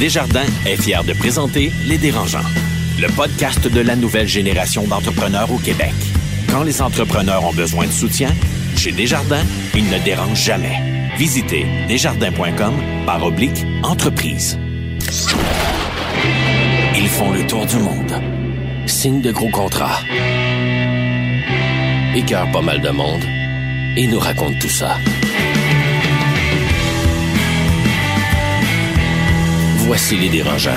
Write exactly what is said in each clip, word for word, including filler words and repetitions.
Desjardins est fier de présenter Les Dérangeants, le podcast de la nouvelle génération d'entrepreneurs au Québec. Quand les entrepreneurs ont besoin de soutien, chez Desjardins, ils ne dérangent jamais. Visitez desjardins.com par oblique entreprise. Ils font le tour du monde. Signent de gros contrats. Écœurent pas mal de monde. Et nous racontent tout ça. Voici Les Dérangeants.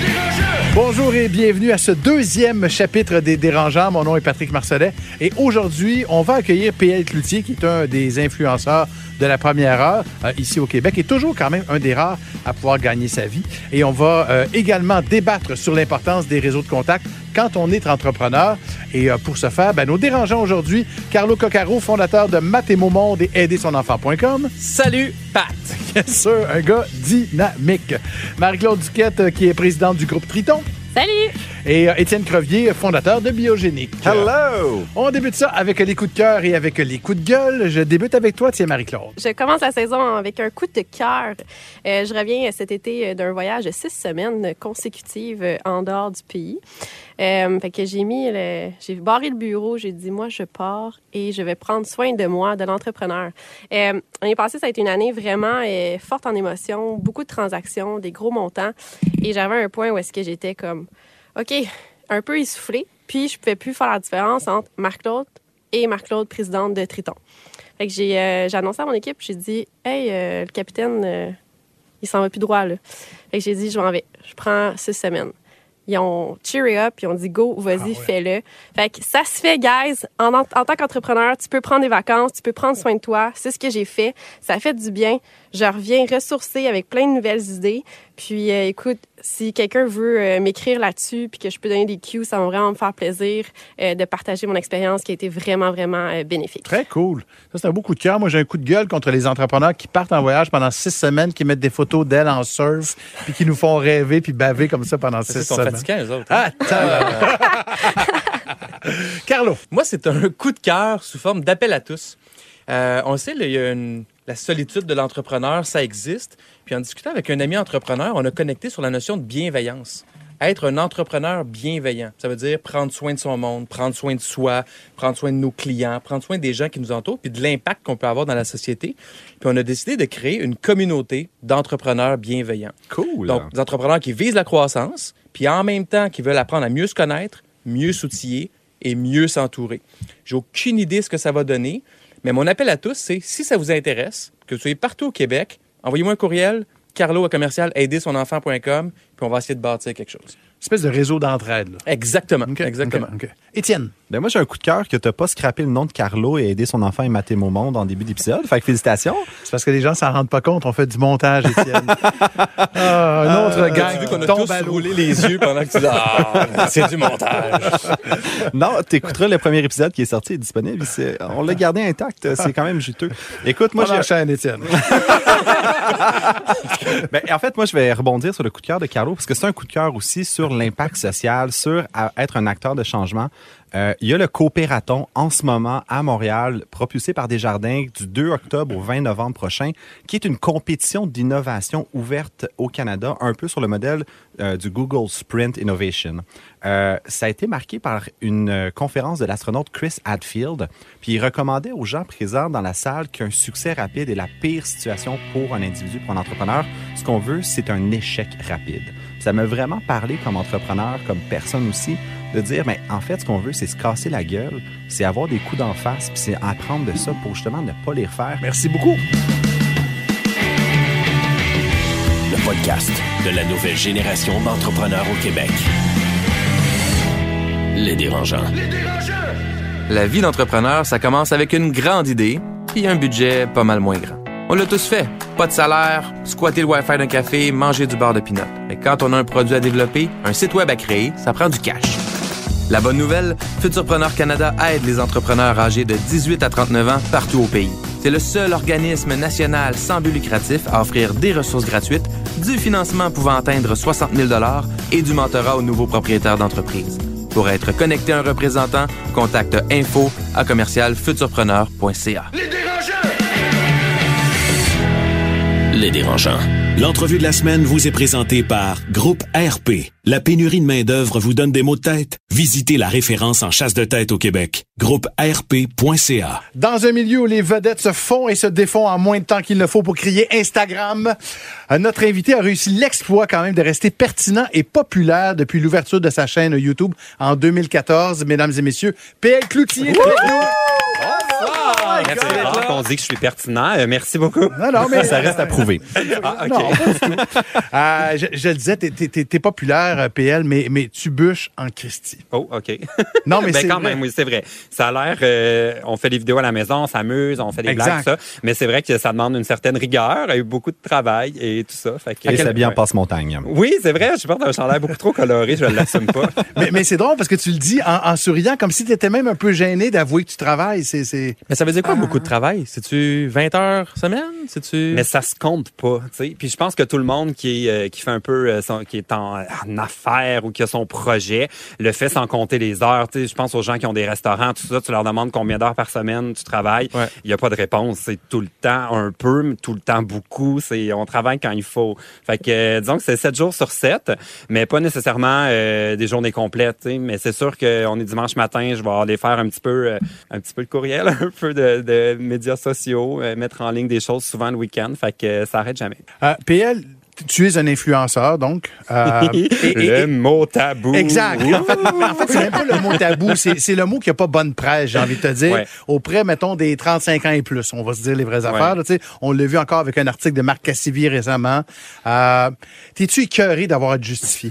Bonjour et bienvenue à ce deuxième chapitre des Dérangeants. Mon nom est Patrick Marcelet et aujourd'hui, on va accueillir P L Cloutier, qui est un des influenceurs de la première heure euh, ici au Québec et toujours quand même un des rares à pouvoir gagner sa vie. Et on va euh, également débattre sur l'importance des réseaux de contact quand on est entrepreneur. Et euh, pour ce faire, ben, nos Dérangeants aujourd'hui, Carlo Coccaro, fondateur de Mathémo Monde et aider son enfant point com. Salut, Pat! Bien sûr, un gars dynamique. Marie-Claude Duquette, euh, qui est présidente du groupe Triton. Salut! Et euh, Étienne Crevier, fondateur de Biogénique. Hello! On débute ça avec les coups de cœur et avec les coups de gueule. Je débute avec toi, tiens, Marie-Claude. Je commence la saison avec un coup de cœur. Euh, je reviens cet été d'un voyage de six semaines consécutives en dehors du pays. Euh, fait que j'ai mis le, j'ai barré le bureau, j'ai dit moi je pars et je vais prendre soin de moi, de l'entrepreneur. Euh, l'année passée, ça a été une année vraiment euh, forte en émotions, beaucoup de transactions, des gros montants. Et j'avais un point où est-ce que j'étais comme OK, un peu essoufflée, puis je pouvais plus faire la différence entre Marc-Claude et Marc-Claude, présidente de Triton. Fait que j'ai, euh, j'ai annoncé à mon équipe, j'ai dit hey, euh, le capitaine, euh, il s'en va plus droit là. Fait que j'ai dit je m'en vais, je prends six semaines. Ils ont cheeré up, ils ont dit go, vas-y, ah ouais. Fais-le. Fait que ça se fait, guys. En, en, en tant qu'entrepreneur, tu peux prendre des vacances, tu peux prendre soin de toi. C'est ce que j'ai fait. Ça fait du bien. Je reviens ressourcée avec plein de nouvelles idées. Puis, euh, écoute, si quelqu'un veut euh, m'écrire là-dessus puis que je peux donner des cues, ça va vraiment me faire plaisir euh, de partager mon expérience qui a été vraiment, vraiment euh, bénéfique. Très cool. Ça, c'est un beau coup de cœur. Moi, j'ai un coup de gueule contre les entrepreneurs qui partent en voyage pendant six semaines, qui mettent des photos d'elles en surf puis qui nous font rêver puis baver comme ça pendant six semaines. Ils sont fatigants, eux autres. Hein? Attends! Carlo. Moi, c'est un coup de cœur sous forme d'appel à tous. Euh, on sait, il y a une... La solitude de l'entrepreneur, ça existe. Puis en discutant avec un ami entrepreneur, on a connecté sur la notion de bienveillance. Être un entrepreneur bienveillant, ça veut dire prendre soin de son monde, prendre soin de soi, prendre soin de nos clients, prendre soin des gens qui nous entourent, puis de l'impact qu'on peut avoir dans la société. Puis on a décidé de créer une communauté d'entrepreneurs bienveillants. Cool! Donc, des entrepreneurs qui visent la croissance, puis en même temps qui veulent apprendre à mieux se connaître, mieux s'outiller et mieux s'entourer. J'ai aucune idée de ce que ça va donner. Mais mon appel à tous, c'est, si ça vous intéresse, que vous soyez partout au Québec, envoyez-moi un courriel, carlo à commercial aider son enfant point com, puis on va essayer de bâtir quelque chose. Une espèce de réseau d'entraide. Là. Exactement. Okay, exactement. Okay, okay. Étienne. Ben moi, j'ai un coup de cœur que tu n'as pas scrappé le nom de Carlo et aider son enfant et Mathémo Monde en début d'épisode. Fait que félicitations. C'est parce que les gens ne s'en rendent pas compte. On fait du montage, Étienne. ah, un autre euh, gang. Tu vu qu'on a tous roulé les yeux pendant que tu dis « Ah, c'est du montage. » Non, tu écouteras le premier épisode qui est sorti, est disponible. C'est, on l'a gardé intact. C'est quand même juteux. Écoute, moi, on j'ai... enchaîne, Étienne. ben, en fait, moi, je vais rebondir sur le coup de cœur de Carlo parce que c'est un coup de cœur aussi sur l'impact social, sur être un acteur de changement. Euh, il y a le Coopératon en ce moment à Montréal, propulsé par Desjardins du deux octobre au vingt novembre prochain, qui est une compétition d'innovation ouverte au Canada, un peu sur le modèle euh, du Google Sprint Innovation. Euh, ça a été marqué par une euh, conférence de l'astronaute Chris Hadfield, puis il recommandait aux gens présents dans la salle qu'un succès rapide est la pire situation pour un individu, pour un entrepreneur. Ce qu'on veut, c'est un échec rapide. Ça m'a vraiment parlé comme entrepreneur, comme personne aussi, de dire, mais en fait, ce qu'on veut, c'est se casser la gueule, c'est avoir des coups d'en face, puis c'est apprendre de ça pour justement ne pas les refaire. Merci beaucoup. Le podcast de la nouvelle génération d'entrepreneurs au Québec. Les Dérangeants. Les Dérangeants! La vie d'entrepreneur, ça commence avec une grande idée, puis un budget pas mal moins grand. On l'a tous fait. Pas de salaire, squatter le Wi-Fi d'un café, manger du beurre de pinot. Mais quand on a un produit à développer, un site web à créer, ça prend du cash. La bonne nouvelle, Futurpreneur Canada aide les entrepreneurs âgés de dix-huit à trente-neuf ans partout au pays. C'est le seul organisme national sans but lucratif à offrir des ressources gratuites, du financement pouvant atteindre soixante mille dollars et du mentorat aux nouveaux propriétaires d'entreprise. Pour être connecté à un représentant, contacte info à commercial futurpreneur point c a. Les Dérangeants. Les Dérangeants. L'entrevue de la semaine vous est présentée par Groupe R P. La pénurie de main-d'œuvre vous donne des maux de tête? Visitez la référence en chasse de tête au Québec. groupe r p point c a. Dans un milieu où les vedettes se font et se défont en moins de temps qu'il ne faut pour crier Instagram, notre invité a réussi l'exploit quand même de rester pertinent et populaire depuis l'ouverture de sa chaîne YouTube en deux mille quatorze. Mesdames et messieurs, P L Cloutier est avec nous. Merci d'être là. On dit que je suis pertinent. Euh, merci beaucoup. Non, non, mais Ça reste à prouver. Ah, non, pas du tout. Euh, je, je le disais, t'es, t'es, t'es populaire, P L, mais, mais tu bûches en Christie. Oh, OK. Non, mais ben, c'est quand vrai. même, oui, c'est vrai. Ça a l'air, euh, on fait des vidéos à la maison, on s'amuse, on fait des Exact. blagues, tout ça. Mais c'est vrai que ça demande une certaine rigueur et beaucoup de travail et tout ça. Fait que, Et s'habiller en ouais. passe-montagne. Oui, c'est vrai. Je porte un chandail beaucoup trop coloré, je ne l'assume pas. mais, mais c'est drôle parce que tu le dis en, en souriant, comme si tu étais même un peu gêné d'avouer que tu travailles. C'est, c'est... Mais ça veut dire quoi, beaucoup de travail? C'est-tu vingt heures semaine? C'est-tu... Mais ça se compte pas, tu sais. Puis je pense que tout le monde qui est euh, qui fait un peu euh, son, qui est en, en affaires ou qui a son projet le fait sans compter les heures. Tu sais, je pense aux gens qui ont des restaurants, tout ça. Tu leur demandes combien d'heures par semaine tu travailles. Il Ouais. y a pas de réponse. C'est tout le temps un peu, mais tout le temps beaucoup. C'est on travaille quand il faut. Fait que euh, disons que c'est sept jours sur sept, mais pas nécessairement euh, des journées complètes. Tu sais. Mais c'est sûr qu'on est dimanche matin, je vais aller faire un petit peu euh, un petit peu le courriel, un peu de, de médias sociaux, euh, mettre en ligne des choses souvent le week-end. Fait que euh, ça arrête jamais. Euh, P L, tu es un influenceur, donc. Euh, et- et- le et- mot tabou. Exact. En fait, en fait c'est même pas le mot tabou, c'est, c'est le mot qui a pas bonne presse, j'ai envie de te dire, Ouais. auprès, mettons, des trente-cinq ans et plus. On va se dire les vraies affaires. Là, tu sais. On l'a vu encore avec un article de Marc Cassivi récemment. Euh, t'es-tu écœuré d'avoir à te justifier?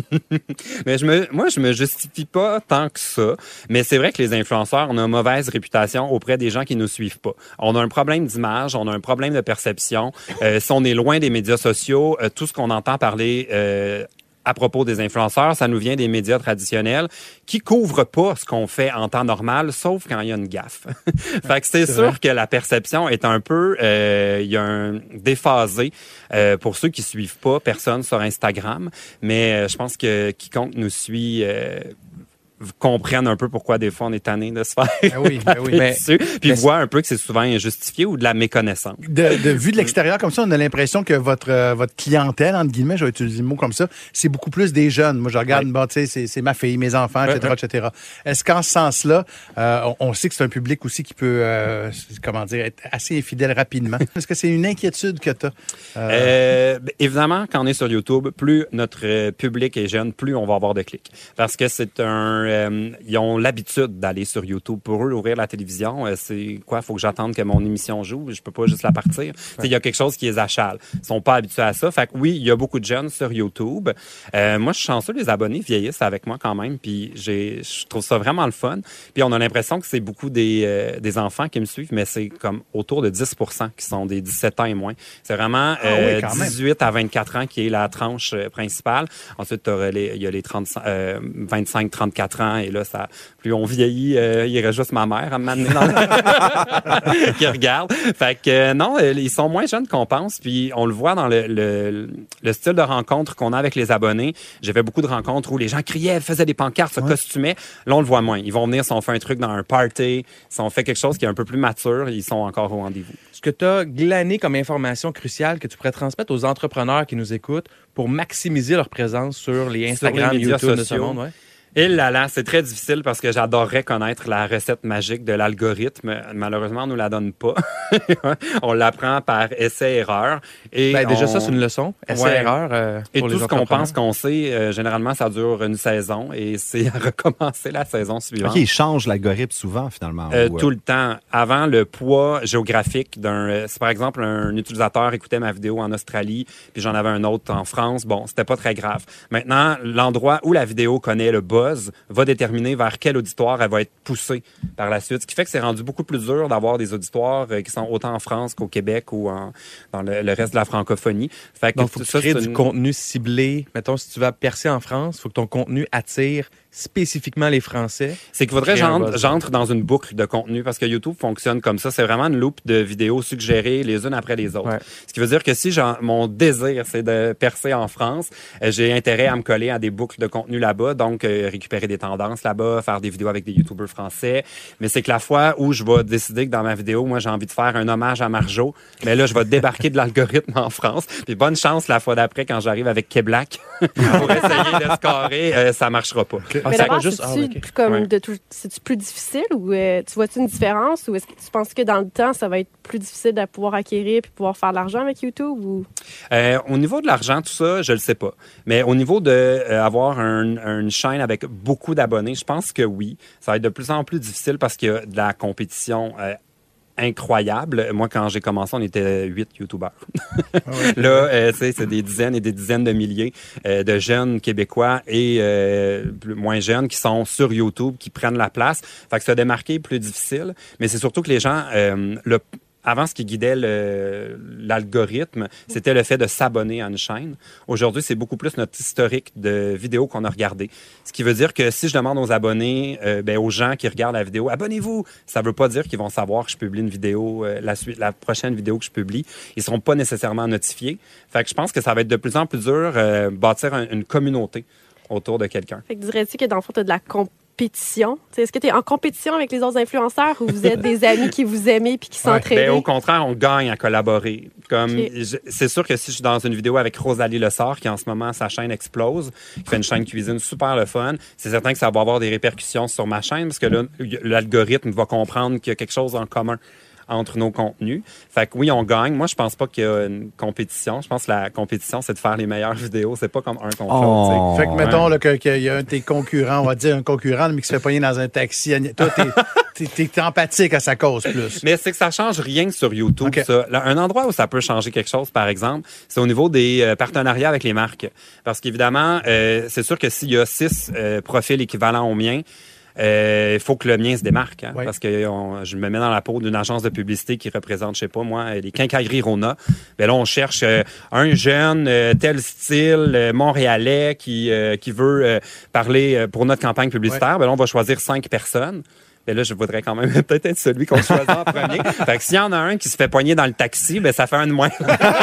Mais je me, moi, je me justifie pas tant que ça. Mais c'est vrai que les influenceurs, on a une mauvaise réputation auprès des gens qui nous suivent pas. On a un problème d'image, on a un problème de perception. Euh, si on est loin des médias sociaux, euh, tout ce qu'on entend parler euh, à propos des influenceurs, ça nous vient des médias traditionnels qui couvrent pas ce qu'on fait en temps normal, sauf quand il y a une gaffe. Fait que c'est, c'est sûr vrai. que la perception est un peu, euh, il y a un déphasé euh, pour ceux qui suivent pas personne sur Instagram, mais euh, je pense que quiconque nous suit euh, comprennent un peu pourquoi des fois on est tanné de se faire Ben oui, ben oui. mais, dessus, puis mais voient un peu que c'est souvent injustifié ou de la méconnaissance. De, de vue de l'extérieur, comme ça, on a l'impression que votre euh, votre clientèle, entre guillemets, je vais utiliser le mot comme ça, c'est beaucoup plus des jeunes. Moi, je regarde, oui. bon, tu sais, c'est, c'est ma fille, mes enfants, et cetera, et cetera. Est-ce qu'en ce sens-là, euh, on, on sait que c'est un public aussi qui peut, euh, comment dire, être assez infidèle rapidement? Est-ce que c'est une inquiétude que tu as? Euh... Euh, évidemment, quand on est sur YouTube, plus notre public est jeune, plus on va avoir de clics. Parce que c'est un... Euh, ils ont l'habitude d'aller sur YouTube. Pour eux, ouvrir la télévision, euh, c'est quoi? Il faut que j'attende que mon émission joue. Je peux pas juste la partir. Il y a quelque chose qui les achale. Ils sont pas habitués à ça. Fait que oui, il y a beaucoup de jeunes sur YouTube. Euh, moi, je suis chanceux, les abonnés vieillissent avec moi quand même. Puis j'ai, je trouve ça vraiment le fun. Puis on a l'impression que c'est beaucoup des, euh, des enfants qui me suivent, mais c'est comme autour de dix pour cent qui sont des dix-sept ans et moins. C'est vraiment euh, ah oui, dix-huit à vingt-quatre ans qui est la tranche euh, principale. Ensuite, les, il y a les trente, euh, vingt-cinq à trente-quatre ans. Et là, ça, plus on vieillit, euh, il reste juste ma mère à m'amener dans le... qui regarde. Fait que euh, non, ils sont moins jeunes qu'on pense. Puis on le voit dans le, le, le style de rencontre qu'on a avec les abonnés. J'ai fait beaucoup de rencontres où les gens criaient, faisaient des pancartes, se ouais. costumaient. Là, on le voit moins. Ils vont venir si on fait un truc dans un party, si on fait quelque chose qui est un peu plus mature, ils sont encore au rendez-vous. Ce que tu as glané comme information cruciale que tu pourrais transmettre aux entrepreneurs qui nous écoutent pour maximiser leur présence sur les Instagram, sur les médias YouTube sociaux. De ce monde, ouais. Et là là, c'est très difficile parce que j'adorerais connaître la recette magique de l'algorithme. Malheureusement, on nous la donne pas. On l'apprend par essai-erreur. Et ben, déjà, on... ça, c'est une leçon. Essai-erreur euh, Et pour tout les ce qu'on pense qu'on sait, euh, généralement, ça dure une saison et c'est à recommencer la saison suivante. OK, ils changent l'algorithme souvent, finalement. Euh, ou, tout le temps. Avant, le poids géographique d'un... Euh, si, par exemple, un utilisateur écoutait ma vidéo en Australie puis j'en avais un autre en France, bon, c'était pas très grave. Maintenant, l'endroit où la vidéo connaît le buzz va déterminer vers quel auditoire elle va être poussée par la suite. Ce qui fait que c'est rendu beaucoup plus dur d'avoir des auditoires euh, qui sont autant en France qu'au Québec ou en, dans le, le reste de la francophonie. Fait que donc, il faut que ça, tu crées une... du contenu ciblé. Mettons, si tu vas percer en France, il faut que ton contenu attire spécifiquement les Français. C'est qu'il faudrait que Créer un j'entre, buzz. j'entre dans une boucle de contenu parce que YouTube fonctionne comme ça. C'est vraiment une loupe de vidéos suggérées les unes après les autres. Ouais. Ce qui veut dire que si j'en- mon désir, c'est de percer en France, euh, j'ai intérêt à me coller à des boucles de contenu là-bas, donc euh, récupérer des tendances là-bas, faire des vidéos avec des YouTubers français. Mais c'est que la fois où je vais décider que dans ma vidéo, moi, j'ai envie de faire un hommage à Marjo, mais là, je vais débarquer de l'algorithme en France. Puis bonne chance la fois d'après quand j'arrive avec Keblack pour essayer de scorer, euh, ça marchera pas. Ah, Mais ça d'abord, va juste- c'est-tu ah, ok. plus comme Ouais. de tout, c'est-tu plus difficile ou euh, tu vois-tu une différence ou est-ce que tu penses que dans le temps, ça va être plus difficile de pouvoir acquérir puis pouvoir faire de l'argent avec YouTube ou... Euh, au niveau de l'argent, tout ça, je le sais pas. Mais au niveau de euh, avoir un- une chaîne avec beaucoup d'abonnés, je pense que oui. Ça va être de plus en plus difficile parce qu'il y a de la compétition euh, incroyable. Moi, quand j'ai commencé, on était huit YouTubeurs. Là, euh, tu sais, c'est des dizaines et des dizaines de milliers euh, de jeunes Québécois et euh, plus, moins jeunes qui sont sur YouTube, qui prennent la place. Fait que se démarquer est plus difficile. Mais c'est surtout que les gens... Euh, le Avant, ce qui guidait le- l'algorithme, c'était le fait de s'abonner à une chaîne. Aujourd'hui, c'est beaucoup plus notre historique de vidéos qu'on a regardé. Ce qui veut dire que si je demande aux abonnés, euh, ben, aux gens qui regardent la vidéo, abonnez-vous, ça veut pas dire qu'ils vont savoir que je publie une vidéo, euh, la suite, la prochaine vidéo que je publie. Ils seront pas nécessairement notifiés. Fait que je pense que ça va être de plus en plus dur euh, bâtir un- une communauté autour de quelqu'un. Fait que dirais-tu que dans le fond, tu as de la compétition? T'sais, est-ce que tu es en compétition avec les autres influenceurs ou vous êtes des amis qui vous aiment puis qui s'entraident? Ben, au contraire, on gagne à collaborer. Comme Ok. je- c'est sûr que si je suis dans une vidéo avec Rosalie Lessard, qui en ce moment, sa chaîne explose, qui fait une chaîne cuisine super le fun, c'est certain que ça va avoir des répercussions sur ma chaîne parce que là, y- l'algorithme va comprendre qu'il y a quelque chose en commun entre nos contenus. Fait que oui, on gagne. Moi, je pense pas qu'il y a une compétition. Je pense que la compétition, c'est de faire les meilleures vidéos. C'est pas comme un contre l'autre. Oh. Fait que, mettons là, que- qu'il y a un de tes concurrents, on va dire un concurrent, mais qui se fait pogner dans un taxi. Toi, t'es, t'es, t'es empathique à sa cause plus. Mais c'est que ça change rien sur YouTube. OK. Ça. Là, un endroit où ça peut changer quelque chose, par exemple, c'est au niveau des euh, partenariats avec les marques. Parce qu'évidemment, euh, c'est sûr que s'il y a six euh, profils équivalents au mien, il faut que le mien se démarque. Hein, Oui. Parce que on- je me mets dans la peau d'une agence de publicité qui représente, je sais pas moi, les quincailleries Rona. Ben là, on cherche euh, un jeune, euh, tel style, euh, montréalais, qui, euh, qui veut euh, parler euh, pour notre campagne publicitaire. Ben là, on va choisir cinq personnes. Ben là, je voudrais quand même peut-être être celui qu'on choisit en premier. Fait que s'il y en a un qui se fait poigner dans le taxi, ben ça fait un de moins.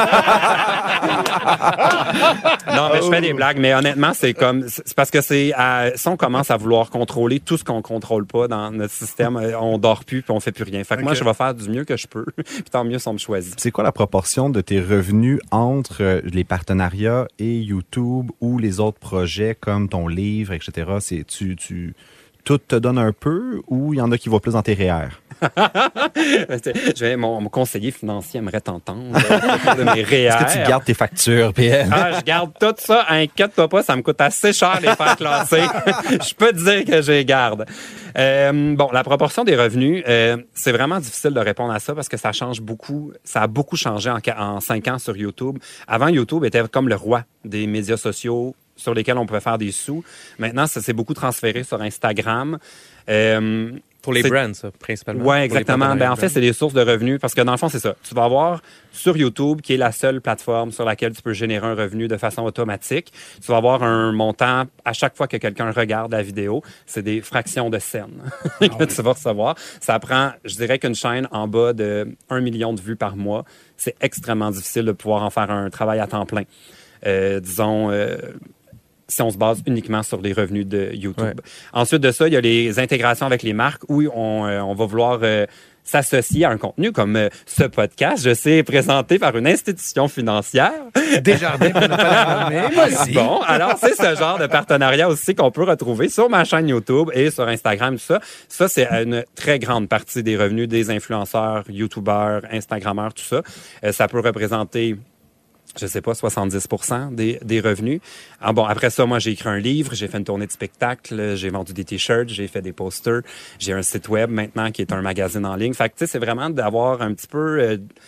Non, mais je fais des blagues, mais honnêtement, c'est comme c'est parce que c'est à, si on commence à vouloir contrôler tout ce qu'on contrôle pas dans notre système, euh, on dort plus puis on fait plus rien. Fait que moi, Ok. je vais faire du mieux que je peux. Puis tant mieux si on me choisit. C'est quoi la proportion de tes revenus entre euh, les partenariats et YouTube ou les autres projets comme ton livre, et cetera? C'est, tu, tu, tout te donne un peu ou il y en a qui vont plus dans tes R E E R? Je vais, mon, mon conseiller financier aimerait t'entendre euh, de mes R E E R. Est-ce que tu gardes tes factures, P M? Ah, je garde tout ça. Inquiète-toi pas, ça me coûte assez cher les faire classer. Je peux te dire que je les garde. Euh, bon, la proportion des revenus, euh, c'est vraiment difficile de répondre à ça parce que ça change beaucoup. Ça a beaucoup changé en, en cinq ans sur YouTube. Avant, YouTube était comme le roi des médias sociaux sur lesquels on pouvait faire des sous. Maintenant, ça s'est beaucoup transféré sur Instagram. Euh, Pour les c'est- brands, ça, principalement. Oui, Pour les exactement. partenariats Ben, en fait, brands. c'est des sources de revenus parce que dans le fond, c'est ça. Tu vas avoir sur YouTube, qui est la seule plateforme sur laquelle tu peux générer un revenu de façon automatique, tu vas avoir un montant à chaque fois que quelqu'un regarde la vidéo. C'est des fractions de scènes que tu vas recevoir. Ça prend, je dirais qu'une chaîne en bas de un million de vues par mois, c'est extrêmement difficile de pouvoir en faire un travail à temps plein. Euh, disons... Euh, si on se base uniquement sur les revenus de YouTube. Ouais. Ensuite de ça, il y a les intégrations avec les marques où on, euh, on va vouloir euh, s'associer à un contenu comme euh, ce podcast. Je sais, présenté par une institution financière. Desjardins, pour ne pas la nommer. Vas-y. Bon, alors c'est ce genre de partenariat aussi qu'on peut retrouver sur ma chaîne YouTube et sur Instagram, tout ça. Ça, c'est une très grande partie des revenus des influenceurs, YouTubeurs, Instagrammeurs, tout ça. Euh, ça peut représenter... je sais pas, soixante-dix pour cent des, des revenus. Ah bon, après ça, moi, j'ai écrit un livre, j'ai fait une tournée de spectacle, j'ai vendu des t-shirts, j'ai fait des posters, j'ai un site web maintenant qui est un magazine en ligne. Fait que, tu sais, c'est vraiment d'avoir un petit peu... Euh,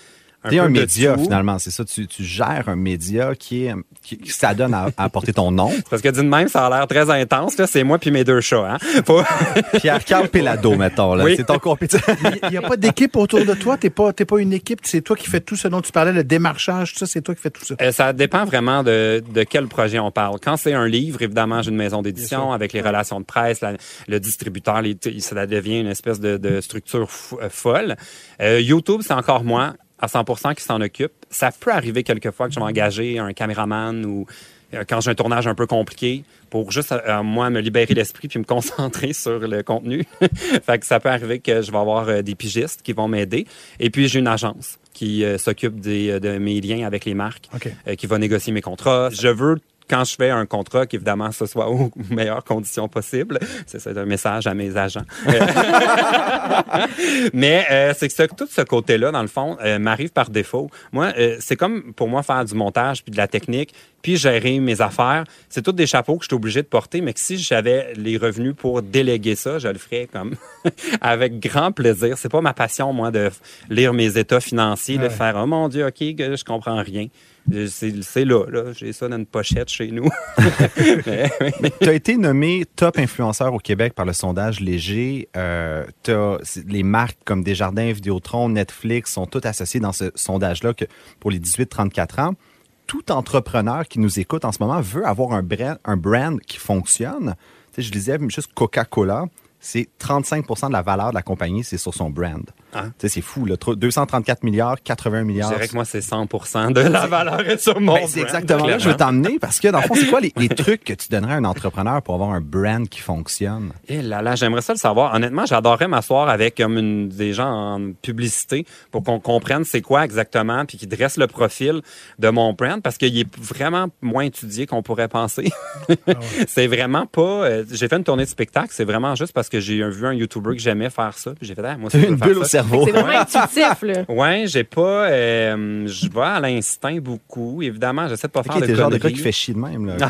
un T'es peu un de média, tout. finalement, c'est ça. Tu, tu gères un média qui est qui, qui s'adonne à, à porter ton nom. Parce que d'une même, ça a l'air très intense. Là, c'est moi puis mes deux chats. Hein? Faut... Pierre-Carl Pelado, mettons. Là. Oui. C'est ton compétiteur. Il n'y a pas d'équipe autour de toi. Tu n'es pas, t'es pas une équipe. C'est toi qui fais tout ce dont tu parlais, le démarchage, tout ça, c'est toi qui fais tout ça. Euh, ça dépend vraiment de, de quel projet on parle. Quand c'est un livre, évidemment, j'ai une maison d'édition avec les relations de presse, la, le distributeur, les, ça devient une espèce de, de structure fou, euh, folle. Euh, YouTube, c'est encore moi à cent pour cent qui s'en occupe. Ça peut arriver quelquefois que je vais engager un caméraman ou euh, quand j'ai un tournage un peu compliqué pour juste, euh, moi, me libérer l'esprit puis me concentrer sur le contenu. Fait que ça peut arriver que je vais avoir euh, des pigistes qui vont m'aider. Et puis, j'ai une agence qui euh, s'occupe des, de mes liens avec les marques, OK. euh, qui va négocier mes contrats. Je veux quand je fais un contrat, qu'évidemment, ce soit aux meilleures conditions possibles. C'est, c'est un message à mes agents. Mais euh, c'est que ce, tout ce côté-là, dans le fond, euh, m'arrive par défaut. Moi, euh, c'est comme pour moi faire du montage puis de la technique, puis gérer mes affaires. C'est tous des chapeaux que je suis obligé de porter, mais que si j'avais les revenus pour déléguer ça, je le ferais comme avec grand plaisir. C'est pas ma passion, moi, de lire mes états financiers, Ouais. de faire « Oh mon Dieu, OK, que je comprends rien ». C'est, c'est là, là. J'ai ça dans une pochette chez nous. mais, mais... Tu as été nommé top influenceur au Québec par le sondage Léger. Euh, t'as, les marques comme Desjardins, Vidéotron, Netflix sont toutes associées dans ce sondage-là que pour les dix-huit trente-quatre ans. Tout entrepreneur qui nous écoute en ce moment veut avoir un brand, un brand qui fonctionne. Tu sais, je disais, juste Coca-Cola, c'est trente-cinq pour cent de la valeur de la compagnie, c'est sur son brand. Ah. Tu sais, c'est fou, là. deux cent trente-quatre milliards, quatre-vingts milliards. Je dirais que moi, c'est cent pour cent de la valeur est sur mon Ben, brand. c'est exactement là que je veux t'emmener parce que, dans le fond, c'est quoi les, les trucs que tu donnerais à un entrepreneur pour avoir un brand qui fonctionne? Eh là là, j'aimerais ça le savoir. Honnêtement, j'adorerais m'asseoir avec comme une, des gens en publicité pour qu'on comprenne c'est quoi exactement puis qu'ils dressent le profil de mon brand parce qu'il est vraiment moins étudié qu'on pourrait penser. Ah ouais. C'est vraiment pas... Euh, j'ai fait une tournée de spectacle, c'est vraiment juste parce que j'ai vu un YouTuber que j'aimais faire ça puis j'ai fait, ah, moi, c'est une bulle au cerveau. C'est vraiment intuitif, là. Ouais, j'ai pas... Euh, je vais à l'instinct beaucoup. Évidemment, j'essaie de pas Okay, faire de t'es le genre de gars conneries. qui fait chier de même, là.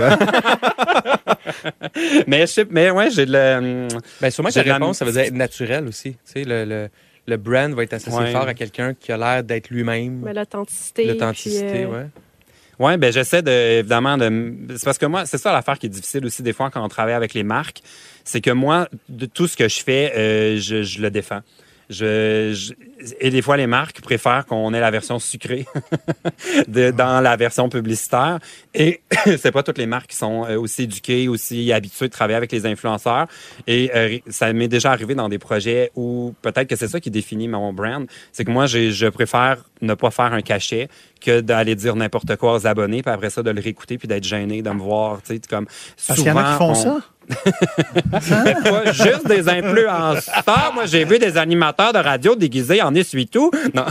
mais je sais, mais ouais, j'ai de le. Ben sûrement que j'ai la de la- réponse, ça veut dire être naturel aussi. Tu sais, le, le, le brand va être associé Ouais. fort à quelqu'un qui a l'air d'être lui-même. Mais l'authenticité. L'authenticité, puis, euh, ouais. Ouais, ben j'essaie de évidemment de. C'est parce que moi, c'est ça l'affaire qui est difficile aussi des fois quand on travaille avec les marques, c'est que moi, de tout ce que je fais, euh, je, je le défends. Je, je, et des fois, les marques préfèrent qu'on ait la version sucrée de, dans la version publicitaire. Et c'est pas toutes les marques qui sont euh, aussi éduquées, aussi habituées de travailler avec les influenceurs. Et euh, ça m'est déjà arrivé dans des projets où peut-être que c'est ça qui définit mon brand. C'est que moi, j'ai, je préfère ne pas faire un cachet que d'aller dire n'importe quoi aux abonnés, puis après ça, de le réécouter, puis d'être gêné, de me voir, tu sais, comme... Parce qu'il y en a qui font on... ça. Mais pas juste des influenceurs. Moi, j'ai vu des animateurs de radio déguisés en essuie-tout. Non.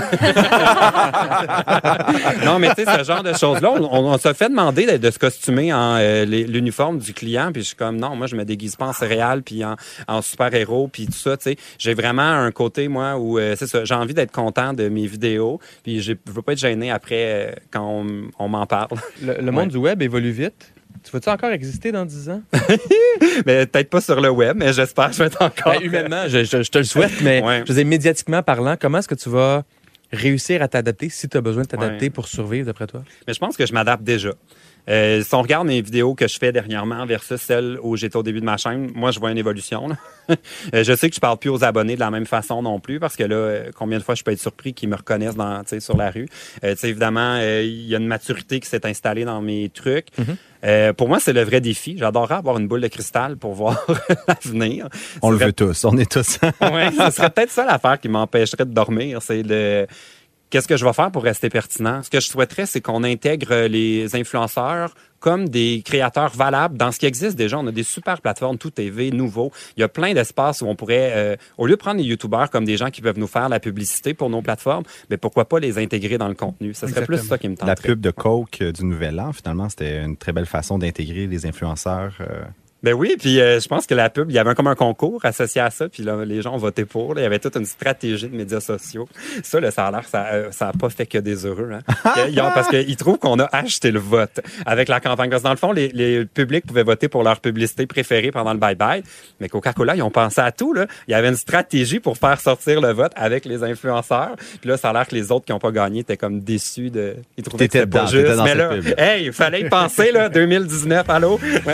non, mais tu sais, ce genre de choses-là, on, on, on se fait demander de, de se costumer en euh, les, l'uniforme du client, puis je suis comme, non, moi, je me déguise pas en céréales, puis en, en super-héros, puis tout ça, tu sais. J'ai vraiment un côté, moi, où, euh, c'est ça, j'ai envie d'être content de mes vidéos, puis je veux pas être gêné après euh, quand on, on m'en parle. Le, le monde du web évolue vite. Tu vas-tu encore exister dans dix ans? Mais peut-être pas sur le web, mais j'espère que je vais être encore... Ben, humainement, je, je, je te le souhaite, mais Ouais. je veux dire, médiatiquement parlant, comment est-ce que tu vas réussir à t'adapter si tu as besoin de t'adapter Ouais. pour survivre, d'après toi? Mais je pense que je m'adapte déjà. Euh, si on regarde mes vidéos que je fais dernièrement versus celles où j'étais au début de ma chaîne, moi, je vois une évolution. Là. euh, je sais que je parle plus aux abonnés de la même façon non plus parce que là, euh, combien de fois je peux être surpris qu'ils me reconnaissent dans, tu sais, sur la rue. Euh, tu sais, évidemment, euh, il y a une maturité qui s'est installée dans mes trucs. Mm-hmm. Euh, pour moi, c'est le vrai défi. J'adorerais avoir une boule de cristal pour voir l'avenir. On Ce le serait- veut tous, on est tous. Ouais, ce serait peut-être ça l'affaire qui m'empêcherait de dormir. C'est le... Qu'est-ce que je vais faire pour rester pertinent? Ce que je souhaiterais, c'est qu'on intègre les influenceurs comme des créateurs valables dans ce qui existe déjà. On a des super plateformes, tout T V, nouveau. Il y a plein d'espaces où on pourrait, euh, au lieu de prendre les youtubeurs comme des gens qui peuvent nous faire la publicité pour nos plateformes, mais pourquoi pas les intégrer dans le contenu? Ce serait Exactement. plus ça qui me tenterait. La pub de Coke euh, du Nouvel An, finalement, c'était une très belle façon d'intégrer les influenceurs euh, Ben oui, puis euh, je pense que la pub, il y avait comme un concours associé à ça, puis là, les gens ont voté pour. Là, il y avait toute une stratégie de médias sociaux. Ça, là, ça a l'air, ça, euh, ça a pas fait que des heureux, hein. Ils ont, parce qu'ils trouvent qu'on a acheté le vote avec la campagne. Parce que dans le fond, les, les publics pouvaient voter pour leur publicité préférée pendant le bye-bye, mais Coca-Cola, ils ont pensé à tout, là. Il y avait une stratégie pour faire sortir le vote avec les influenceurs. Puis là, ça a l'air que les autres qui n'ont pas gagné étaient comme déçus de... Ils trouvaient T'étais que c'était pas dedans, juste. dans Mais là, hey, il fallait y penser, là, deux mille dix-neuf, allô? Ouais.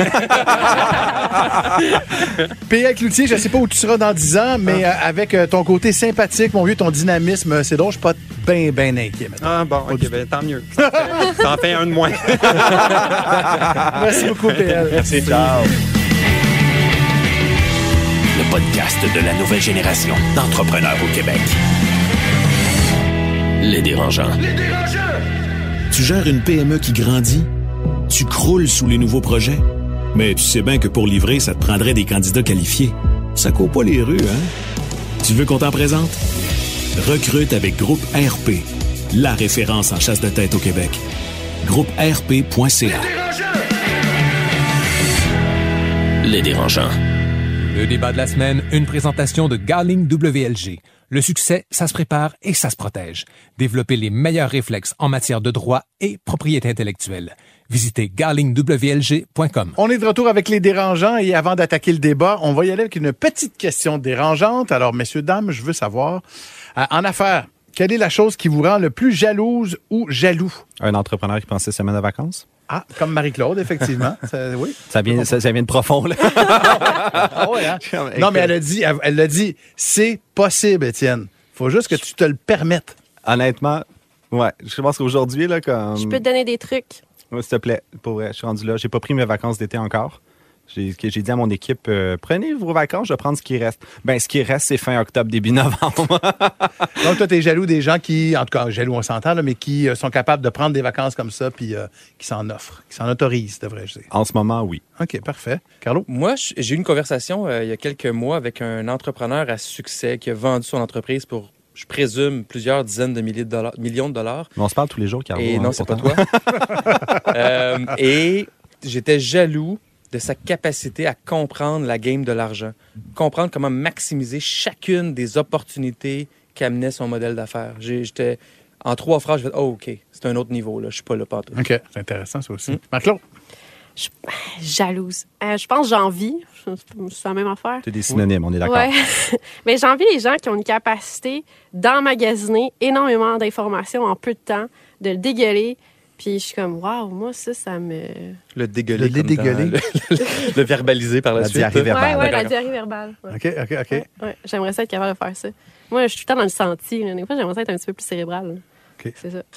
P L Cloutier, je ne sais pas où tu seras dans dix ans, mais euh, avec euh, ton côté sympathique, mon vieux, ton dynamisme, euh, c'est drôle, je suis pas bien, bien inquiet maintenant. Ah bon, ok, ben, tant mieux. Ça en fait, ça en fait un de moins. Merci beaucoup, P L. Merci, ciao. Le podcast de la nouvelle génération d'entrepreneurs au Québec. Les dérangeants. Les dérangeants! Tu gères une P M E qui grandit? Tu croules sous les nouveaux projets? Mais tu sais bien que pour livrer, ça te prendrait des candidats qualifiés. Ça court pas les rues, hein? Tu veux qu'on t'en présente? Recrute avec Groupe R P, la référence en chasse de tête au Québec. groupe r p point c a. Les dérangeants. Le débat de la semaine, une présentation de Garling W L G. Le succès, ça se prépare et ça se protège. Développez les meilleurs réflexes en matière de droit et propriété intellectuelle. Visitez garling w l g point com. On est de retour avec les dérangeants et avant d'attaquer le débat, on va y aller avec une petite question dérangeante. Alors, messieurs, dames, je veux savoir, euh, en affaires, quelle est la chose qui vous rend le plus jalouse ou jaloux? Un entrepreneur qui prend six semaines de vacances? Ah, comme Marie-Claude, effectivement. Ça, oui. Ça vient, ça, ça vient de profond, là. Ah ouais, hein? Non, mais elle a dit, elle, elle l'a dit, c'est possible, Étienne. Faut juste que tu te le permettes. Honnêtement, ouais. Je pense qu'aujourd'hui, là, comme... Je peux te donner des trucs. Ouais, s'il te plaît, pour vrai, je suis rendu là. J'ai pas pris mes vacances d'été encore. J'ai, j'ai dit à mon équipe, euh, prenez vos vacances, je vais prendre ce qui reste. Ben, ce qui reste, c'est fin octobre, début novembre. Donc, toi, t'es jaloux des gens qui, en tout cas, jaloux, on s'entend, là, mais qui euh, sont capables de prendre des vacances comme ça, puis euh, qui s'en offrent, qui s'en autorisent, devrais-je dire. En ce moment, oui. OK, parfait. Carlo? Moi, j'ai eu une conversation euh, il y a quelques mois avec un entrepreneur à succès qui a vendu son entreprise pour, je présume, plusieurs dizaines de milliers de dollars, millions de dollars. Mais on se parle tous les jours, Carlo. Et hein, non, c'est pourtant. pas toi. euh, et j'étais jaloux de sa capacité à comprendre la game de l'argent, comprendre comment maximiser chacune des opportunités qu'amenait son modèle d'affaires. J'ai, j'étais en trois phrases, je fais oh ok, c'est un autre niveau là, je suis pas là partout. OK, c'est intéressant ça aussi. Mm. Marc-Claude? Je... Jalouse. Euh, je pense j'envie. C'est la même affaire. C'est des synonymes, on est d'accord. Ouais. Mais j'envie les gens qui ont une capacité d'emmagasiner énormément d'informations en peu de temps, de le dégueuler. Puis je suis comme, waouh, moi, ça, ça me... Le dégueuler. Le dégueuler. Le, le, le verbaliser par la, La suite. diarrhée verbale. Ouais, ouais, la D'accord. diarrhée verbale. Ouais. OK, OK, OK. Ouais, ouais. J'aimerais ça être capable de faire ça. Moi, je suis tout le temps dans le senti. Là. Des fois, j'aimerais ça être un petit peu plus cérébral. Là. OK. C'est ça.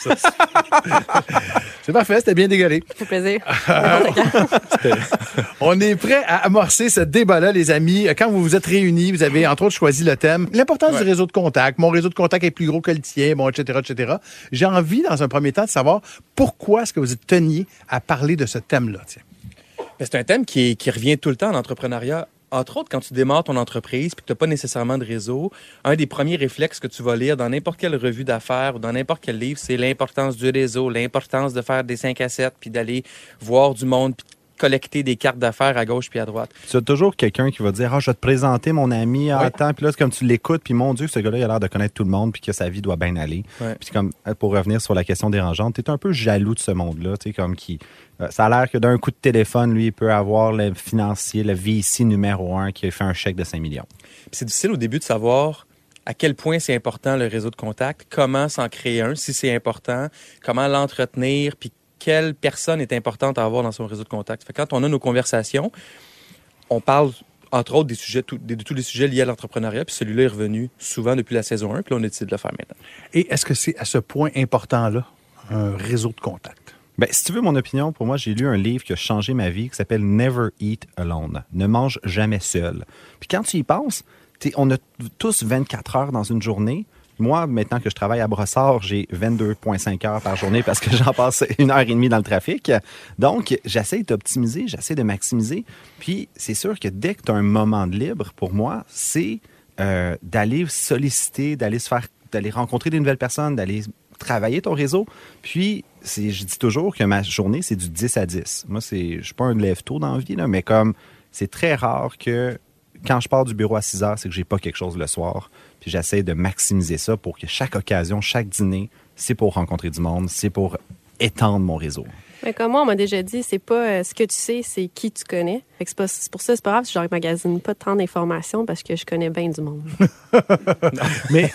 C'est parfait, c'était bien dégueulé. Ça fait plaisir. N'importe quand. On est prêt à amorcer ce débat-là, les amis. Quand vous vous êtes réunis, vous avez, entre autres, choisi le thème. L'importance du réseau de contact. Mon réseau de contact est plus gros que le tien, bon, et cetera, et cetera. J'ai envie, dans un premier temps, de savoir pourquoi est-ce que vous teniez à parler de ce thème-là. Tiens. C'est un thème qui, est- qui revient tout le temps en entrepreneuriat. Entre autres, quand tu démarres ton entreprise et que tu n'as pas nécessairement de réseau, un des premiers réflexes que tu vas lire dans n'importe quelle revue d'affaires ou dans n'importe quel livre, c'est l'importance du réseau, l'importance de faire des cinq à sept, puis d'aller voir du monde, puis collecter des cartes d'affaires à gauche puis à droite. Tu as toujours quelqu'un qui va dire « Ah, je vais te présenter mon ami, ah, Oui. attends. » Puis là, c'est comme tu l'écoutes, puis mon Dieu, ce gars-là, il a l'air de connaître tout le monde, puis que sa vie doit bien aller. Ouais. Puis comme, pour revenir sur la question dérangeante, tu es un peu jaloux de ce monde-là, tu sais, comme qui... euh, ça a l'air que d'un coup de téléphone, lui, il peut avoir le financier, le V C numéro un qui a fait un chèque de cinq millions. Puis c'est difficile au début de savoir à quel point c'est important le réseau de contact, comment s'en créer un, si c'est important, comment l'entretenir, puis quelle personne est importante à avoir dans son réseau de contact. Fait que quand on a nos conversations, on parle, entre autres, des sujets, tout- de tous les sujets liés à l'entrepreneuriat, puis celui-là est revenu souvent depuis la saison un, puis là, on a décidé de le faire maintenant. Et est-ce que c'est à ce point important-là, un réseau de contact? Ben, si tu veux mon opinion, pour moi, j'ai lu un livre qui a changé ma vie qui s'appelle Never Eat Alone. Ne mange jamais seul. Puis quand tu y penses, t'sais, on a tous vingt-quatre heures dans une journée. Moi, maintenant que je travaille à Brossard, j'ai vingt-deux virgule cinq heures par journée parce que j'en passe une heure et demie dans le trafic. Donc, j'essaie d'optimiser, j'essaie de maximiser. Puis, c'est sûr que dès que tu as un moment de libre, pour moi, c'est euh, d'aller solliciter, d'aller se faire, d'aller rencontrer des nouvelles personnes, d'aller travailler ton réseau. Puis, c'est, je dis toujours que ma journée, c'est du dix à dix. Moi, c'est, je suis pas un lève-tôt dans la vie, là, mais comme c'est très rare que quand je pars du bureau à six heures, c'est que j'ai pas quelque chose le soir. Puis j'essaie de maximiser ça pour que chaque occasion, chaque dîner, c'est pour rencontrer du monde, c'est pour étendre mon réseau. Mais comme moi, on m'a déjà dit, c'est pas euh, ce que tu sais, c'est qui tu connais. Fait que c'est, pas, c'est pour ça, c'est pas grave si je magasine pas tant d'informations parce que je connais bien du monde. mais,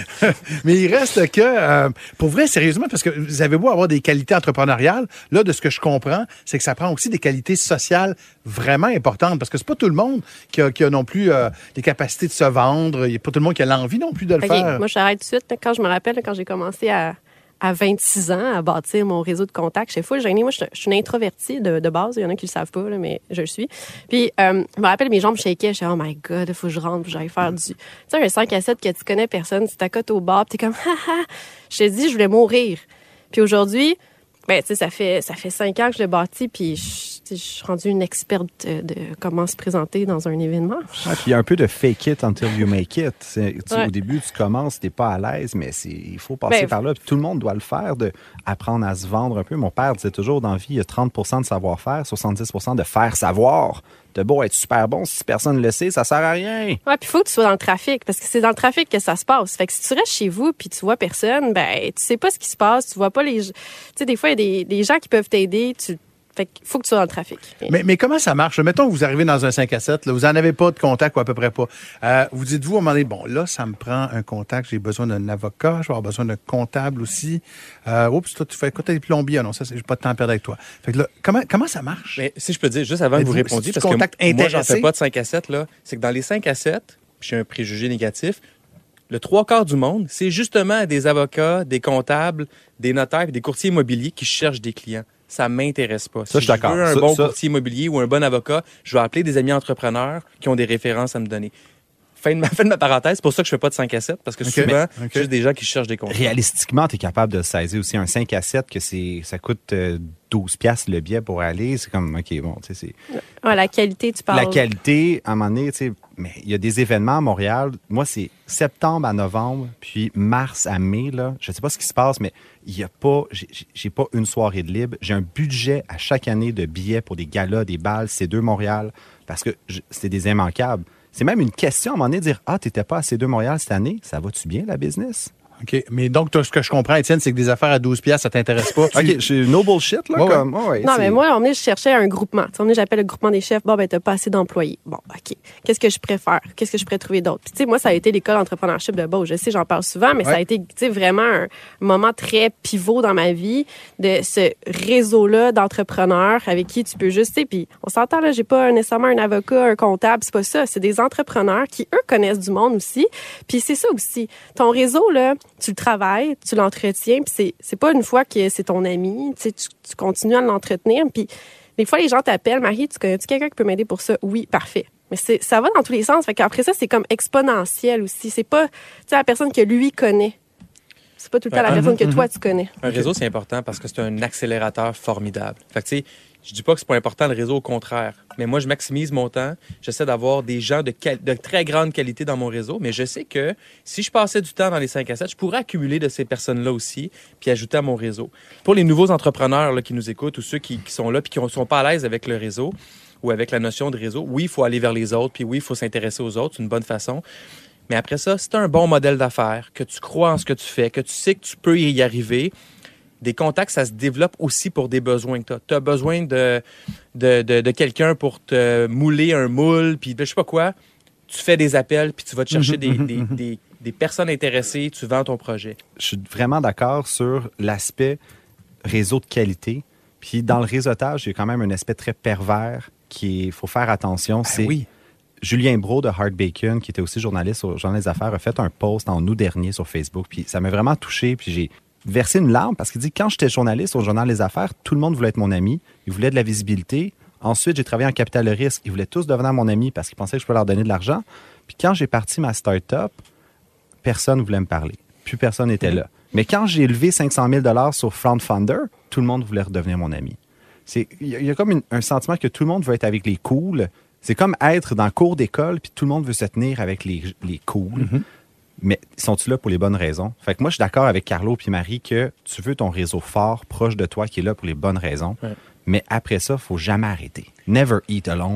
mais il reste que, euh, pour vrai, sérieusement, parce que vous avez beau avoir des qualités entrepreneuriales, là, de ce que je comprends, c'est que ça prend aussi des qualités sociales vraiment importantes parce que c'est pas tout le monde qui a, qui a non plus euh, les capacités de se vendre. Il n'y a pas tout le monde qui a l'envie non plus de le okay, faire. Moi, je t'arrête tout de suite. Quand je me rappelle, quand j'ai commencé à à vingt-six ans, à bâtir mon réseau de contacts. J'étais full gênée. Moi, je suis une introvertie de, de base. Il y en a qui le savent pas, là, mais je le suis. Puis, euh, je me rappelle, mes jambes shakeaient. Je disais, oh my God, il faut que je rentre, faut que j'aille faire du... Tu sais, un cinq à sept que tu connais personne, tu t'accotes au bar, puis t'es comme, haha. Je te dis, je voulais mourir. Puis aujourd'hui, ben, tu sais, ça fait, ça fait cinq ans que je l'ai bâti, puis je, je suis rendue une experte de, de comment se présenter dans un événement. Ah, puis il y a un peu de fake it until you make it. C'est, tu, ouais. Au début, tu commences, tu n'es pas à l'aise, mais c'est, il faut passer ben, par là. Puis tout le monde doit le faire, de apprendre à se vendre un peu. Mon père disait toujours, dans la vie, il y a trente pour cent de savoir-faire, soixante-dix pour cent de faire savoir. De beau être super bon, si personne ne le sait, ça sert à rien. Ouais, puis il faut que tu sois dans le trafic, parce que c'est dans le trafic que ça se passe. Fait que si tu restes chez vous puis tu vois personne, ben tu sais pas ce qui se passe, tu vois pas les... Tu sais, des fois, il y a des, des gens qui peuvent t'aider, tu... Fait qu'il faut que tu sois dans le trafic. Mais, mais comment ça marche? Mettons que vous arrivez dans un cinq à sept, là, vous n'en avez pas de contact ou à peu près pas. Euh, vous dites-vous à un moment donné, bon, là, ça me prend un contact, j'ai besoin d'un avocat, je vais avoir besoin d'un comptable aussi. Euh, oups, toi, tu fais quoi, t'as des plombiers? Ah non, ça, j'ai pas de temps à perdre avec toi. Fait que là, comment, comment ça marche? Mais si je peux dire, juste avant que vous répondiez, parce que moi, j'en fais pas de cinq à sept, là, c'est que dans les cinq à sept, j'ai un préjugé négatif, le trois quarts du monde, c'est justement des avocats, des comptables, des notaires et des courtiers immobiliers qui cherchent des clients. Ça m'intéresse pas. Ça, si je, je veux un ça, bon ça... courtier immobilier ou un bon avocat, je vais appeler des amis entrepreneurs qui ont des références à me donner. Fin de ma, fin de ma parenthèse, c'est pour ça que je fais pas de cinq à sept, parce que okay. souvent, okay. c'est juste des gens qui cherchent des contrats. Réalistiquement, tu es capable de saisir aussi un cinq à sept, que c'est, ça coûte euh, douze piastres le billet pour aller. C'est comme, OK, bon, tu sais, c'est... Ouais, la qualité, tu parles. La qualité, à un moment donné, tu sais, mais il y a des événements à Montréal. Moi, c'est septembre à novembre, puis mars à mai, là. Je sais pas ce qui se passe, mais il y a pas, j'ai, j'ai pas une soirée de libre. J'ai un budget à chaque année de billets pour des galas, des balles, C deux Montréal, parce que je, c'est des immanquables. C'est même une question à un moment donné de dire « Ah, t'étais pas à C deux Montréal cette année, ça va-tu bien, la business? » OK. Mais donc, toi, ce que je comprends, Étienne, c'est que des affaires à douze piastres, ça t'intéresse pas. OK, je suis no bullshit, là. Ouais, comme, ouais. Ouais, non, c'est... mais moi, on est, je cherchais un groupement. On est, j'appelle le groupement des chefs. Bon, ben, t'as pas assez d'employés. Bon, OK. Qu'est-ce que je préfère? Qu'est-ce que je pourrais trouver d'autre? Puis, tu sais, moi, ça a été l'école d'entrepreneurship de Beauce. Je sais, j'en parle souvent, mais ouais. ça a été, tu sais, vraiment un moment très pivot dans ma vie de ce réseau-là d'entrepreneurs avec qui tu peux juste, tu sais, puis on s'entend, là, j'ai pas nécessairement un avocat, un comptable, c'est pas ça. C'est des entrepreneurs qui, eux, connaissent du monde aussi. Puis, c'est ça aussi. Ton réseau, là, tu le travailles, tu l'entretiens, puis c'est, c'est pas une fois que c'est ton ami, tu sais, tu, tu continues à l'entretenir, puis des fois, les gens t'appellent, Marie, tu connais-tu quelqu'un qui peut m'aider pour ça? Oui, parfait. Mais c'est, ça va dans tous les sens, fait qu'après ça, c'est comme exponentiel aussi. C'est pas, tu sais, la personne que lui connaît. C'est pas tout le temps ouais, la personne mm-hmm, que toi, tu connais. Un réseau, c'est important parce que c'est un accélérateur formidable. Fait que, tu sais, je dis pas que c'est pas important le réseau, au contraire. Mais moi, je maximise mon temps. J'essaie d'avoir des gens de, quali- de très grande qualité dans mon réseau. Mais je sais que si je passais du temps dans les cinq à sept, je pourrais accumuler de ces personnes-là aussi puis ajouter à mon réseau. Pour les nouveaux entrepreneurs là, qui nous écoutent ou ceux qui, qui sont là puis qui ne sont pas à l'aise avec le réseau ou avec la notion de réseau, oui, il faut aller vers les autres puis oui, il faut s'intéresser aux autres. C'est une bonne façon. Mais après ça, si tu as un bon modèle d'affaires, que tu crois en ce que tu fais, que tu sais que tu peux y arriver, des contacts, ça se développe aussi pour des besoins que tu as. Tu as besoin de, de, de, de quelqu'un pour te mouler un moule, puis je sais pas quoi. Tu fais des appels, puis tu vas te chercher des, des, des, des personnes intéressées, tu vends ton projet. Je suis vraiment d'accord sur l'aspect réseau de qualité. Puis dans le réseautage, il y a quand même un aspect très pervers qu'il faut faire attention. Ben c'est oui. Julien Brault de Hard Bacon, qui était aussi journaliste au Journal des Affaires, a fait un post en août dernier sur Facebook. Puis ça m'a vraiment touché. Puis j'ai versé une larme parce qu'il dit, quand j'étais journaliste au Journal des Affaires, tout le monde voulait être mon ami. Ils voulaient de la visibilité. Ensuite, j'ai travaillé en capital de risque. Ils voulaient tous devenir mon ami parce qu'ils pensaient que je pouvais leur donner de l'argent. Puis quand j'ai parti ma start-up, personne ne voulait me parler. Plus personne n'était là. Mais quand j'ai levé cinq cent mille dollars sur FrontFunder, tout le monde voulait redevenir mon ami. Il y, y a comme une, un sentiment que tout le monde veut être avec les cools. C'est comme être dans le cours d'école, puis tout le monde veut se tenir avec les, les cools. Mm-hmm. Mais sont-ils là pour les bonnes raisons? Fait que moi, je suis d'accord avec Carlo et Marie que tu veux ton réseau fort, proche de toi, qui est là pour les bonnes raisons. Ouais. Mais après ça, il ne faut jamais arrêter. Never eat alone.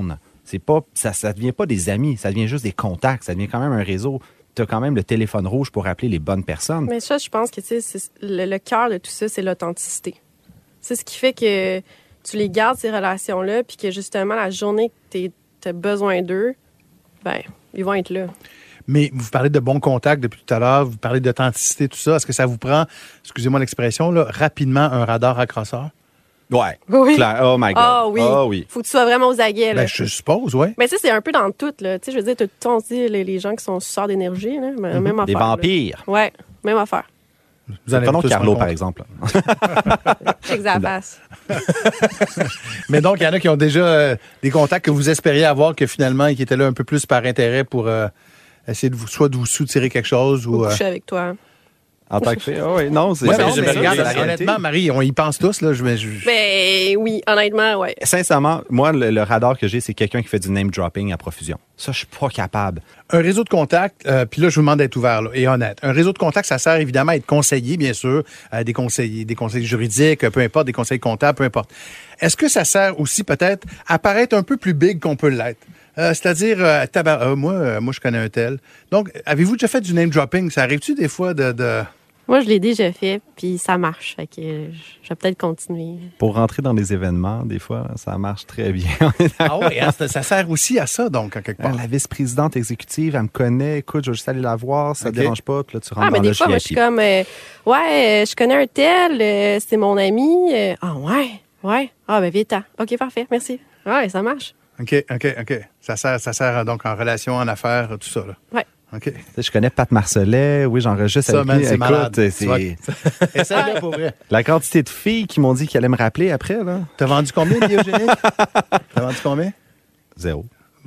C'est pas, ça ne devient pas des amis, ça devient juste des contacts, ça devient quand même un réseau. Tu as quand même le téléphone rouge pour appeler les bonnes personnes. Mais ça, je pense que c'est le, le cœur de tout ça, c'est l'authenticité. C'est ce qui fait que tu les gardes, ces relations-là, puis que justement, la journée que tu as besoin d'eux, ben, ils vont être là. Mais vous parlez de bons contacts depuis tout à l'heure, vous parlez d'authenticité, tout ça. Est-ce que ça vous prend, excusez-moi l'expression, là, rapidement un radar accrocheur? Ouais. Oui. Claire. Oh my God. Ah oui. Oh oui. Faut que tu sois vraiment aux aguets. Là. Ben, je suppose, oui. Mais ça, c'est un peu dans tout. Là. Tu sais, je veux dire, tout le temps, on dit les, les gens qui sont suceurs d'énergie, là, même Mm-hmm. affaire. Des vampires. Oui, même affaire. Vous en avez Prenons tous Carlo, rencontré. par exemple. Je sais que ça passe. Mais donc, il y en a qui ont déjà euh, des contacts que vous espériez avoir, que finalement, qui étaient là un peu plus par intérêt pour euh, essayer de vous, soit de vous soutirer quelque chose ou... Ou euh, coucher avec toi. En tant que fait. Oh, oui, non, c'est Ouais, c'est- non, c'est- mais c'est- regarde, c'est la réalité. honnêtement, Marie, on y pense tous. Là, je, je, je- Ben oui, honnêtement, oui. Sincèrement, moi, le, le radar que j'ai, c'est quelqu'un qui fait du name dropping à profusion. Ça, je suis pas capable. Un réseau de contacts, euh, puis là, je vous demande d'être ouvert là, et honnête. Un réseau de contacts, ça sert évidemment à être conseillé, bien sûr, à des conseillers, des conseils juridiques, peu importe, des conseils comptables, peu importe. Est-ce que ça sert aussi peut-être à paraître un peu plus big qu'on peut l'être? Euh, c'est-à-dire, euh, tabar- euh, moi, euh, moi, je connais un tel. Donc, avez-vous déjà fait du name dropping? Ça arrive-tu des fois de... de... Moi, je l'ai déjà fait, puis ça marche. Fait que euh, je vais peut-être continuer. Pour rentrer dans des événements, des fois, ça marche très bien. Ah oui, hein, ça, ça sert aussi à ça, donc, en quelque part. La vice-présidente exécutive, elle me connaît. Écoute, je vais juste aller la voir, ça ne Ok. te dérange pas. Puis là, tu rentres Ah, mais dans des le fois, moi, je suis comme, euh, ouais, euh, je connais un tel, euh, c'est mon ami. euh, Ah, ouais, ouais. Ah, ben, vite, OK, parfait, merci. Ouais, ça marche. OK, OK, OK. Ça sert, ça sert donc en relation, en affaires, tout ça, là. Ouais. OK. Tu sais, je connais Pat Marcelet. Oui, j'enregistre Ça, avec man, lui. c'est Écoute, malade. c'est- Tu vois. Essaye-le pour vrai. la quantité de filles qui m'ont dit qu'elles allaient me rappeler après, là. T'as vendu combien, Diogénique? T'as vendu combien? Zéro.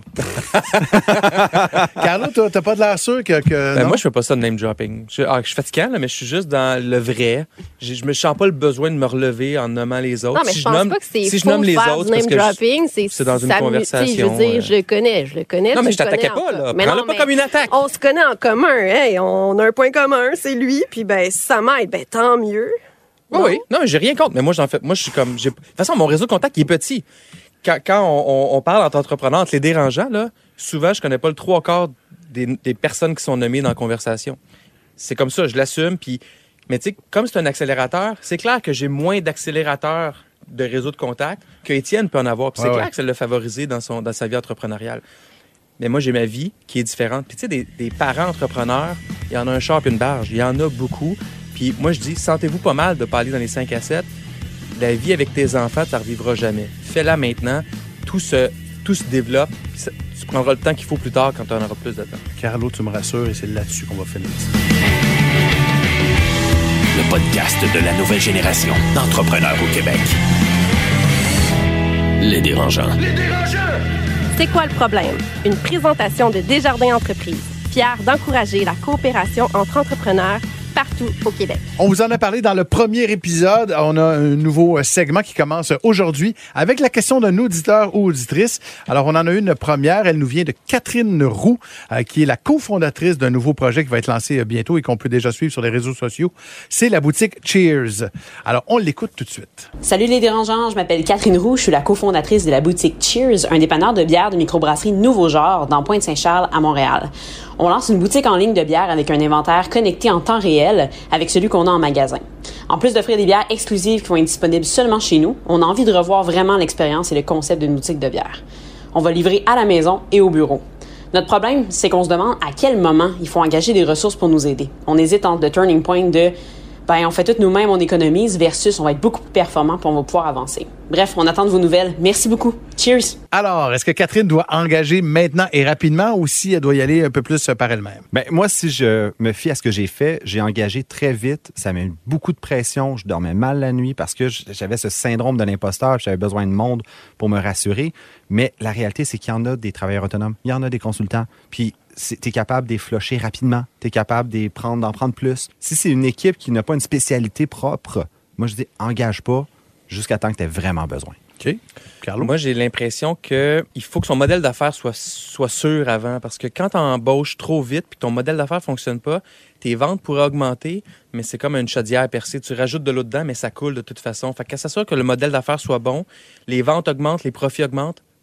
Carlo, toi, t'as pas de l'air sûr que. que Ben, non? moi, je fais pas ça de name dropping. Je, ah, je suis fatigant, là, mais je suis juste dans le vrai. Je, je me sens pas le besoin de me relever en nommant les autres. Non, mais si je pense nomme, pas que c'est si je faux nomme de les faire autres, du parce name que je- dropping. C'est c'est dans une s'amuser. conversation, Tu sais, je veux dire, euh. je le connais, je le connais. Non, tu mais le je t'attaquais connais, en pas, tout cas. là. Mais Prends-le non, pas mais comme une attaque. On se connaît en commun. Hey, on a un point commun, c'est lui. Puis, ben, si ça m'aide, ben, tant mieux. Oui, oui. Non, mais j'ai rien contre. Mais moi, j'en fais. Moi, je suis comme. j'ai- De toute façon, mon réseau de contact, il est petit. Quand, quand on, on- on parle entre entrepreneurs, entre les dérangeants, là, souvent, je connais pas le trois quarts des, des personnes qui sont nommées dans la conversation. C'est comme ça, je l'assume. Puis, mais tu sais, comme c'est un accélérateur, c'est clair que j'ai moins d'accélérateurs de réseau de contact que Étienne peut en avoir. Puis c'est Ouais, clair ouais. que ça l'a favorisé dans, son, dans sa vie entrepreneuriale. Mais moi, j'ai ma vie qui est différente. Puis tu sais, des, des parents entrepreneurs, il y en a un char puis une barge. Il y en a beaucoup. Puis moi, je dis, sentez-vous pas mal de pas aller dans les cinq à sept. La vie avec tes enfants, tu ne revivras jamais. Fais-la maintenant. Tout se, tout se développe. Puis ça- tu prendras le temps qu'il faut plus tard quand tu en auras plus de temps. Carlo, tu me rassures et c'est là-dessus qu'on va finir. Le podcast de la nouvelle génération d'entrepreneurs au Québec. Les dérangeants. C'est quoi le problème? Une présentation de Desjardins Entreprises, fière d'encourager la coopération entre entrepreneurs partout au Québec. On vous en a parlé dans le premier épisode. On a un nouveau segment qui commence aujourd'hui avec la question d'un auditeur ou auditrice. Alors, on en a une première. Elle nous vient de Catherine Roux, euh, qui est la cofondatrice d'un nouveau projet qui va être lancé euh, bientôt et qu'on peut déjà suivre sur les réseaux sociaux. C'est la boutique Cheers. Alors, on l'écoute tout de suite. Salut les dérangeants, je m'appelle Catherine Roux, je suis la cofondatrice de la boutique Cheers, un dépanneur de bière de microbrasserie nouveau genre dans Pointe-Saint-Charles à Montréal. On lance une boutique en ligne de bière avec un inventaire connecté en temps réel avec celui qu'on a en magasin. En plus d'offrir des bières exclusives qui vont être disponibles seulement chez nous, on a envie de revoir vraiment l'expérience et le concept d'une boutique de bière. On va livrer à la maison et au bureau. Notre problème, c'est qu'on se demande à quel moment il faut engager des ressources pour nous aider. On hésite entre le turning point de ben, on fait tout nous-mêmes, on économise, versus on va être beaucoup plus performant puis on va pouvoir avancer. Bref, on attend de vos nouvelles. Merci beaucoup. Cheers! Alors, est-ce que Catherine doit engager maintenant et rapidement ou si elle doit y aller un peu plus par elle-même? Ben, moi, si je me fie à ce que j'ai fait, j'ai engagé très vite. Ça m'a mis beaucoup de pression. Je dormais mal la nuit parce que j'avais ce syndrome de l'imposteur. J'avais besoin de monde pour me rassurer. Mais la réalité, c'est qu'il y en a des travailleurs autonomes. Il y en a des consultants. Puis, tu es capable de les flusher rapidement. Tu es capable de prendre, d'en prendre plus. Si c'est une équipe qui n'a pas une spécialité propre, moi, je dis, engage pas jusqu'à temps que tu aies vraiment besoin. OK. Carlo? Moi, j'ai l'impression qu'il faut que son modèle d'affaires soit, soit sûr avant. Parce que quand tu embauches trop vite puis que ton modèle d'affaires ne fonctionne pas, tes ventes pourraient augmenter, mais c'est comme une chaudière percée. Tu rajoutes de l'eau dedans, mais ça coule de toute façon. Fait qu'à s'assurer que le modèle d'affaires soit bon, les ventes augmentent, les profits augmentent,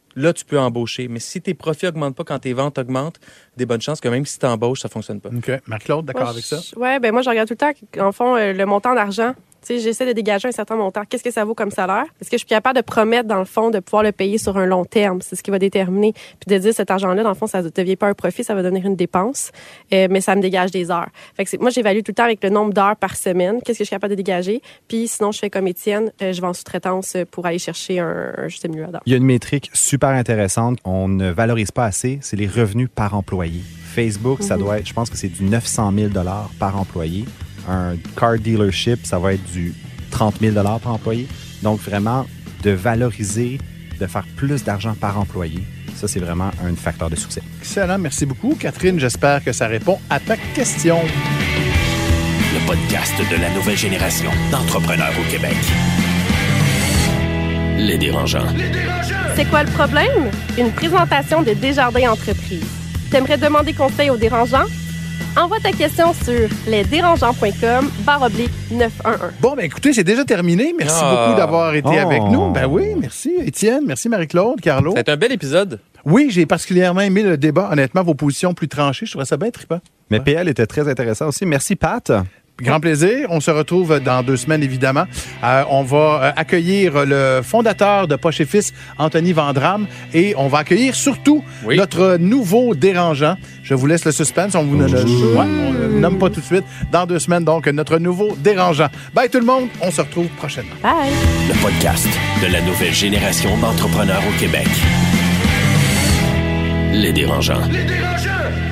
là, tu peux embaucher. Mais si tes profits augmentent pas quand tes ventes augmentent, des bonnes chances que même si tu embauches, ça fonctionne pas. OK. Marc-Claude, d'accord Moi, avec ça? je- Ouais, ben moi, je regarde tout le temps, en fond, euh, le montant d'argent. Tu sais, j'essaie de dégager un certain montant. Qu'est-ce que ça vaut comme salaire? Est-ce que je suis capable de promettre, dans le fond, de pouvoir le payer sur un long terme? C'est ce qui va déterminer. Puis de dire, cet argent-là, dans le fond, ça ne devient pas un profit, ça va devenir une dépense, euh, mais ça me dégage des heures. Fait que c'est- moi, j'évalue tout le temps avec le nombre d'heures par semaine. Qu'est-ce que je suis capable de dégager? Puis sinon, je fais comme Étienne, euh, je vais en sous-traitance pour aller chercher un, un juste milieu à d'heures. Il y a une métrique super intéressante qu'on ne valorise pas assez, c'est les revenus par employé. Facebook, ça doit être, je pense que c'est du neuf cent mille dollars par employé. Un car dealership, ça va être du trente mille dollars par employé. Donc, vraiment, de valoriser, de faire plus d'argent par employé, ça, c'est vraiment un facteur de succès. Excellent, merci beaucoup. Catherine, j'espère que ça répond à ta question. Le podcast de la nouvelle génération d'entrepreneurs au Québec. Les dérangeants. C'est quoi le problème? Une présentation de Desjardins Entreprises. T'aimerais demander conseil aux dérangeants? Envoie ta question sur lesdérangeants.com barre oblique neuf un un. Bon, ben écoutez, c'est déjà terminé. Merci Ah. beaucoup d'avoir été Oh. avec nous. Ben oui, merci Étienne, merci Marie-Claude, Carlo. C'est un bel épisode. Oui, j'ai particulièrement aimé le débat. Honnêtement, vos positions plus tranchées, je trouvais ça bien trippant. Mais P L était très intéressant aussi. Merci, Pat. Grand plaisir. On se retrouve dans deux semaines, évidemment. Euh, on va euh, accueillir le fondateur de Poche et Fils, Anthony Vandram, et on va accueillir surtout Oui. notre nouveau dérangeant. Je vous laisse le suspense. On vous ne le ouais, on le nomme pas tout de suite. Dans deux semaines, donc, notre nouveau dérangeant. Bye tout le monde. On se retrouve prochainement. Bye! Le podcast de la nouvelle génération d'entrepreneurs au Québec. Les dérangeants. Les dérangeants!